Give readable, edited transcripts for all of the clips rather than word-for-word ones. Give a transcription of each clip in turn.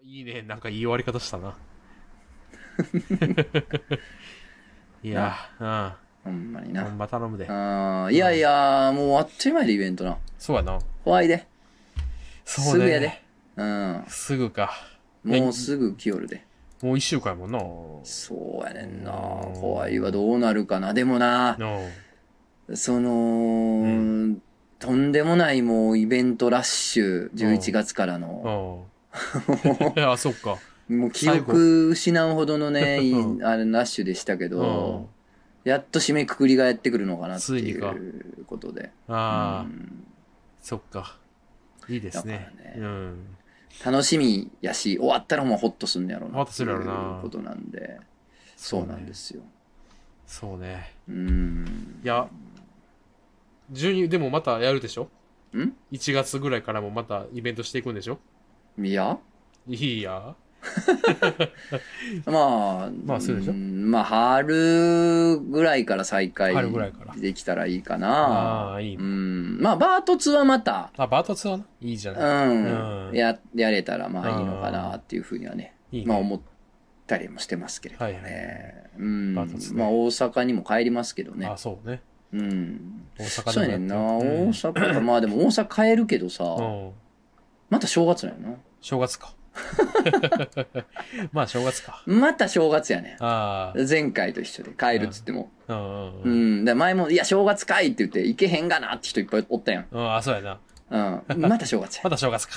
いいね。なんかいい終わり方したな。いや、 ほんまにほな。 んま頼むで。 いやいや、もうあっという間でイベントな。 そうやな。 怖いで。 そうね。 すぐやで。うん。 すぐか。 もうすぐ来よるで。 もう一週間やもんな。 そうやねんな。怖いわ、どうなるかな。でもな、その、とんでもないもうイベントラッシュ、11月からの。 あ、そっか。 もう記憶失うほどのね、あれラッシュでしたけど、やっと締めくくりがやってくるのかなっていうことで。 ああ、そっか。いいですね。 楽しみやし、終わったらもうホッとすんねやろうな。 ホッとするやろな。 ことなんで。そうなんですよ。 そうね。いや、でもまたやるでしょ？1月ぐらいからもまたイベントしていくんでしょ？ いやいやまあ、 そうでしょ？ まあ、春ぐらいから再開できたらいいかな。 ああ、いいね。 まあ、バート2はまた。 バート2はないいじゃない。やれたらまあいいのかなっていうふうにはね、まあ思ったりもしてますけれどもね。まあ、大阪にも帰りますけどね。 あ、そうね。 大阪そうやねんな。大阪か。まあでも大阪帰るけどさ、また正月なんやな。 正月か。まあ正月か。 また正月やねん。前回と一緒で帰るっつっても。前も、いや正月かいって言って、行けへんがなって人いっぱいおったやん。 あ、そうやな。 また正月や。 また正月か。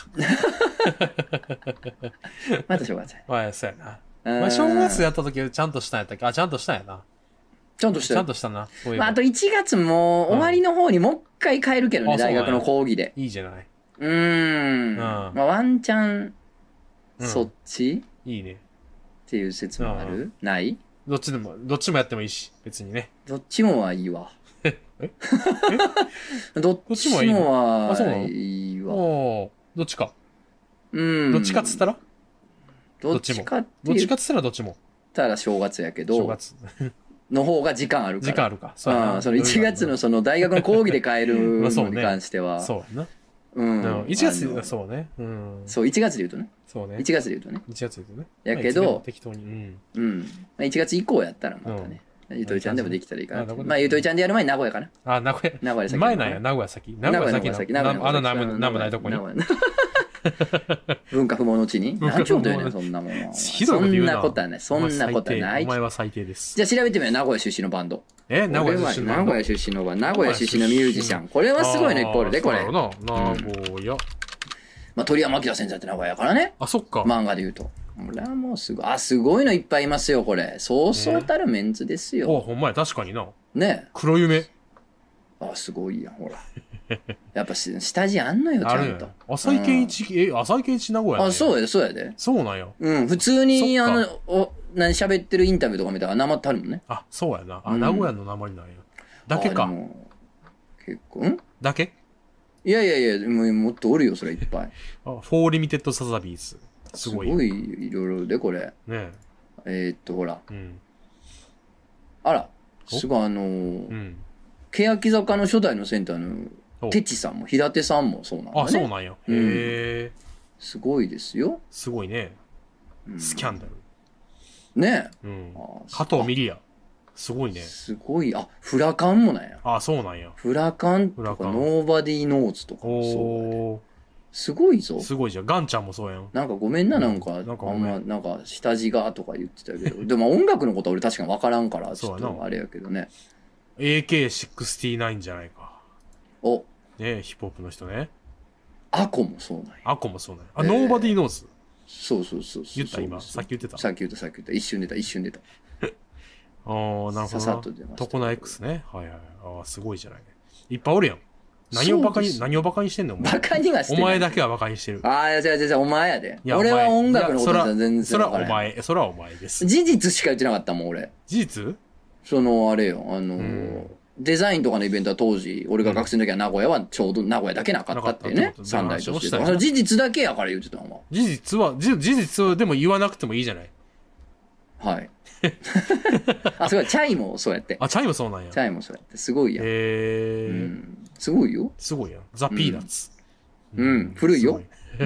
また正月や。 まあ、そうやな。まあ正月やった時ちゃんとしたんやったっけ？あ、ちゃんとしたんやな。 ちゃんとした。 ちゃんとしたな。 あと1月も終わりの方にもう一回帰るけどね、大学の講義で。 いいじゃない。 まあワンチャン、そっちいいね。 っていう説もある？ないどっちもやってもいいし、別にね。 どっちもはいいわ。どっちもはいいわ。 どっちか。どっちかっつったらどっちも。どっちかっつったらどっちも。 たら正月やけど。正月。の方が時間あるから。 時間あるか。 その1月のその大学の講義で帰るのに関しては。 そうやな。1月で、そうね。 そう、1月で言うとね。 そうね。 1月で言うとね。 1月で言うとね。 やけど、 適当に。 1月以降やったらまたね。ゆとりちゃんでもできたらいいかな。まあ、ゆとりちゃんでやる前に名古屋かな。 あ、名古屋先。前なんや、名古屋先。名古屋先。なんもないとこに。 文化不毛の地に何ちゅうこと言うねん、そんなもんは。そんなことはない。そんなことはない。 お前は最低です。 じゃあ調べてみよう、名古屋出身のバンド。 名古屋出身のバンド。 名古屋出身のバンド。名古屋出身のミュージシャン。これはすごいのいっぱいあるで、これ。 名古屋。 まあ、鳥山明先生って名古屋やからね。 あ、そっか。 漫画で言うと。これはもうすごい。あ、すごいのいっぱいいますよ、これ。そうそうたるメンツですよ。 ほんまや、確かにな。 ね。 黒夢。 あ、すごいやん、ほら。やっぱ下地あんのよ、ちゃんと。 浅井健一名古屋。 あ、そうやで、そうやで。 そうなんや。 普通に、喋ってるインタビューとか見たら、なまってあるもんね。 あ、そうやな。名古屋の鉛なんや。だけか。 結構、 だけ？ いや、もっとおるよ、それいっぱい。 フォーリミテッドサザビーズ。すごい。 すごい、いろいろで、これ。 ねほら。あら、すごい、欅坂の初代のセンターの、てちさんも、平手さんもそうなんだね。 あ、そうなんや。へえ。 すごいですよ。 すごいね。スキャンダル。 ねえ。加藤ミリア。すごいね。 すごい。あ、フラカンもなんや。 あ、そうなんや。 フラカンとか、ノーバディーノーズとかもそう。すごいぞ。 すごいじゃん。ガンちゃんもそうやん。 なんかごめんな、なんか下地がとか言ってたけど。でも音楽のことは俺確かに分からんから、ちょっとあれやけどね。 AK69 じゃないか。 お。 ねヒップホップの人ね。 アコもそうなんや。 アコもそうなんや。あ、ノーバディーノーズ。 そう。 言った今。さっき言ってた。 さっき言った。一瞬出た。 ああ、なるほどな。トコナ X ね。はいはい。ああ、すごいじゃないね。いっぱいおるやん。何をバカにしてんの？ バカにはしてない。 お前だけはバカにしてる。 ああ、違う、お前やで。俺は音楽のことじゃ全然分からない。 それはお前です。 事実しか言ってなかったもん、俺。 事実？ あれよ、デザインとかのイベントは当時、俺が学生の時は名古屋はちょうど名古屋だけなかったっていうね。三大として。事実だけやから言ってたの。 事実はでも言わなくてもいいじゃない。 はい。あ、すごい。チャイもそうやって。 あ、チャイもそうなんや。 チャイもそうやって。すごいやん。 へすごいよ。 すごいやん。ザ・ピーナッツ。 古いよ。 うん、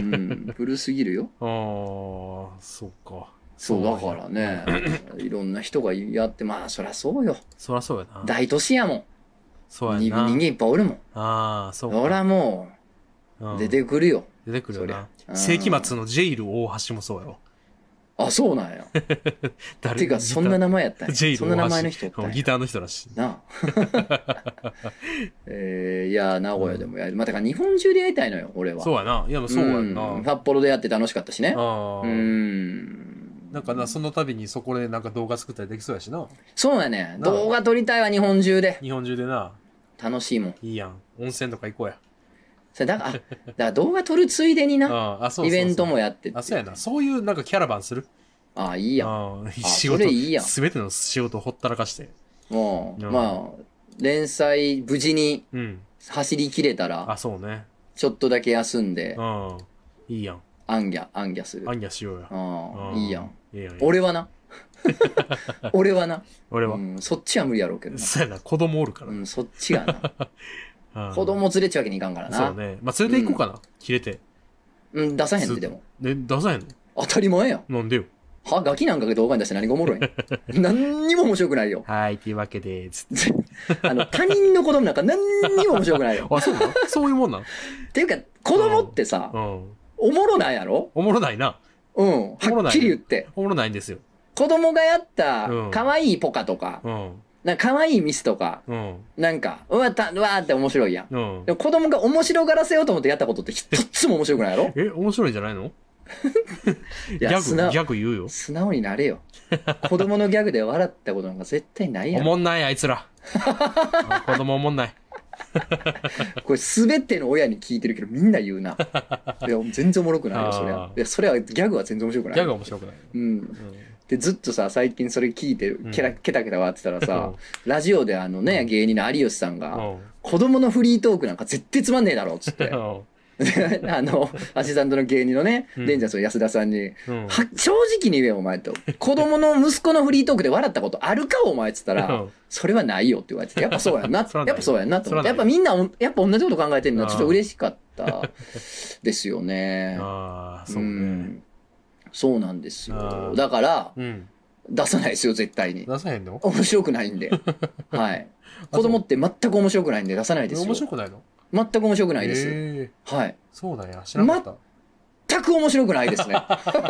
古すぎるよ。 ああ、そうか。 そうだからね、いろんな人がやって、まあそりゃそうよ。 そらそうやな。 大都市やもん。 そうやな。 人間いっぱいおるもん。 ああ、そうか。 そりゃもう、出てくるよ。 出てくるよな。世紀末のジェイル大橋もそうやろ。 あ、そうなんや。てか、そんな名前やったんや。 ジェイル大橋。 そんな名前の人おったんや。 ギターの人らしい。 なあ。いや、名古屋でもやる。まあ、だから日本中でやりたいのよ、俺は。 そうやな。いや、もうそうやんな。 札幌でやって楽しかったしね。 なんかな、その度にそこでなんか動画作ったりできそうやしな。 そうやね。動画撮りたいわ、日本中で。 日本中でな。 楽しいもん。 いいやん。温泉とか行こうや。 だから動画撮るついでにな、イベントもやってって。 あ、そうやな。そういうなんかキャラバンする。 ああ、いいやん。 仕事、すべての仕事をほったらかして。 もう、まあ、連載無事に走り切れたら、 あ、そうね。 ちょっとだけ休んで、 いいやん。 アンギャする。 アンギャしようや。 いいやん。俺はな。俺はな。 俺は。 そっちは無理やろうけどな。 そうやな。子供おるから。 そっちがな。子供連れちゃうわけにいかんからな。 そうね。まあ、連れて行こうかな。切れて。 出さへんで、でも。 出さへんの？ 当たり前やん。 なんでよ。 ガキなんか動画に出して何がおもろいん何にも面白くないよ。 はい、というわけで、つって。 他人の子供なんか何にも面白くないよ。 あ、そうなの？そういうもんなん？ っていうか、子供ってさ、おもろないやろ？ おもろないな。 はっきり言って。 おもろないんですよ。 子供がやった可愛いポカとか、なんか可愛いミスとか、なんか、うわーって面白いやん。でも子供が面白がらせようと思ってやったことって一つも面白くないやろ？ 面白いんじゃないの？ギャグ言うよ。 素直になれよ。子供のギャグで笑ったことなんか絶対ないやろ。 おもんない、あいつら。子供おもんない。 これ全ての親に聞いてるけどみんな言うな。いや、全然おもろくないよ、そりゃ。いや、それはギャグは全然面白くない。 ギャグは面白くない。 で、ずっとさ、最近それ聞いて、ケタケタ笑ってたらさ、ラジオで芸人の有吉さんが、子供のフリートークなんか絶対つまんねえだろ、つって。アシスタントの芸人のね、デンジャースの安田さんに、正直に言えよ、お前と。子供の息子のフリートークで笑ったことあるか、お前っつったら、それはないよって言われてて、やっぱそうやんな、やっぱそうやんなと思って。やっぱみんな、やっぱ同じこと考えてるのはちょっと嬉しかったですよね。 そうね。 そうなんですよ。だから、出さないですよ、絶対に。 出さへんの？ 面白くないんで。はい。子供って全く面白くないんで出さないですよ。 面白くないの？ 全く面白くないです。はい。 そうだよ。知らなかった。 全く面白くないですね。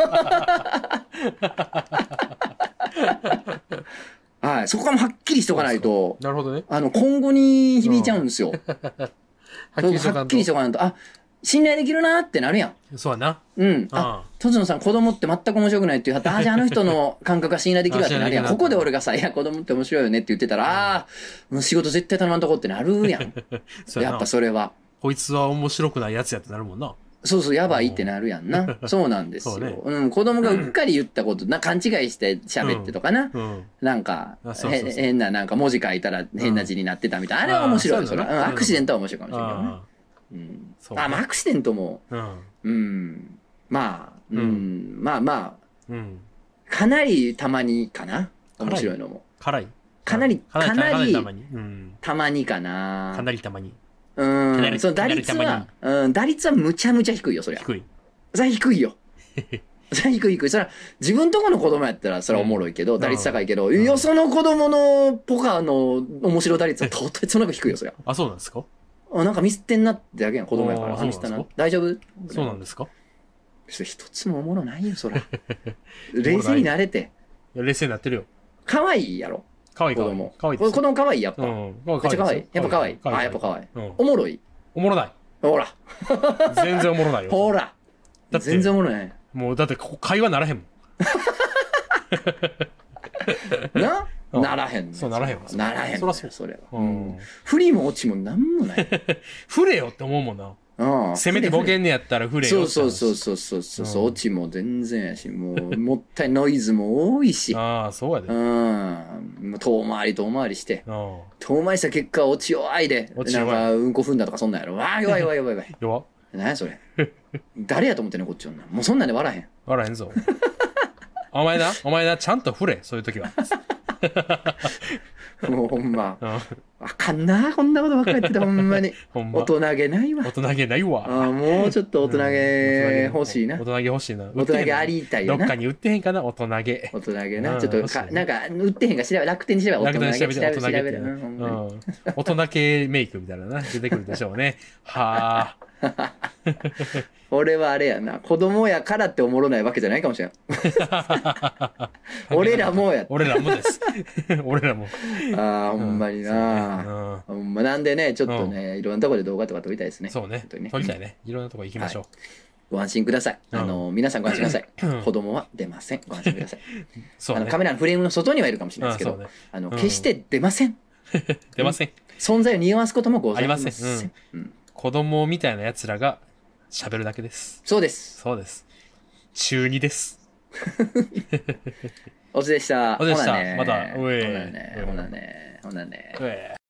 はい。そこはもうはっきりしとかないと。 なるほどね。 今後に響いちゃうんですよ。はっきりしとかないと。信頼できるなってなるやん。 そうやな。 とつのさん子供って全く面白くないって言うじゃああの人の感覚が信頼できるわってなるやん。ここで俺がさ、いや子供って面白いよねって言ってたら、もう仕事絶対頼まんとこってなるやん。やっぱそれは。 こいつは面白くないやつやってなるもんな。 そうそう、やばいってなるやんな。そうなんですよ。子供がうっかり言ったこと、勘違いして喋ってとかな。なんか、変ななんか文字書いたら変な字になってたみたいな。あれは面白い。それアクシデントは面白いかもしれないけどね。まあアクシデントも、まあ、かなりたまにかな。面白いのも。 辛い。 かなりたまに。 たまにかな。 かなりたまに。 その打率はむちゃむちゃ低いよ、そりゃ。 低い。 それは低いよ。それは低い。それは自分とこの子供やったらそれはおもろいけど、打率高いけど、よその子供のポカーの面白打率はとてつもなく低いよ、そりゃ。 あ、そうなんですか？ なんかミスってんなってだけやん、子供やから。ミスったな。大丈夫？ そうなんですか？ 一つもおもろないよ、そら。冷静になれて。 冷静になってるよ。 可愛いやろ。 可愛い子供。子供可愛い、やっぱ。めっちゃ可愛い。やっぱ可愛い。やっぱ可愛い。おもろい。 おもろない。 ほら。 全然おもろないよ。 ほら。全然おもろない。 もうだって会話ならへんもん。ならへん。 そう、ならへんわ。 ならへん。 そらそう。 それは。振りも落ちもなんもない。 振れよって思うもんな。せめてボケんねやったら振れよ。 そう。落ちも全然やし、もったいノイズも多いし。 そうやで。 遠回りして。遠回りした結果、落ち弱いで。なんか、うんこ踏んだとかそんなんやろ。弱い。 弱っ。何やそれ。誰やと思ってんの、こっち女。もうそんなんで笑えへん。 笑えんぞ。お前な、ちゃんと振れ、そういう時は。 もうほんま。 あかんな、こんなことばっかり言ってた、ほんまに。 ほんま。 大人げないわ。 大人げないわ。 もうちょっと大人げ欲しいな。 大人げ欲しいな。 大人げありたいよな。 どっかに売ってへんかな、大人げ。 大人げな。ちょっとなんか、売ってへんか調べ、楽天に調べ、大人げ調べる。 大人系メイクみたいなな、出てくるでしょうね。はあ。 俺はあれやな、子供やからっておもろないわけじゃないかもしれん。俺らもや。 俺らもです。俺らも。 ああ、ほんまにな。ほんまなんでね、ちょっとね、いろんなところで動画とか撮りたいですね。 そうね。撮りたいね。いろんなとこ行きましょう。 ご安心ください。皆さんご安心ください。子供は出ません。ご安心ください。そうね。カメラのフレームの外にはいるかもしれないですけど、決して出ません。 出ません。 存在を匂わすこともございません。 ありません。子供みたいな奴らが喋るだけです。 そうです。 そうです。中2です。 おつでした。 おつでした。また、 ほなね。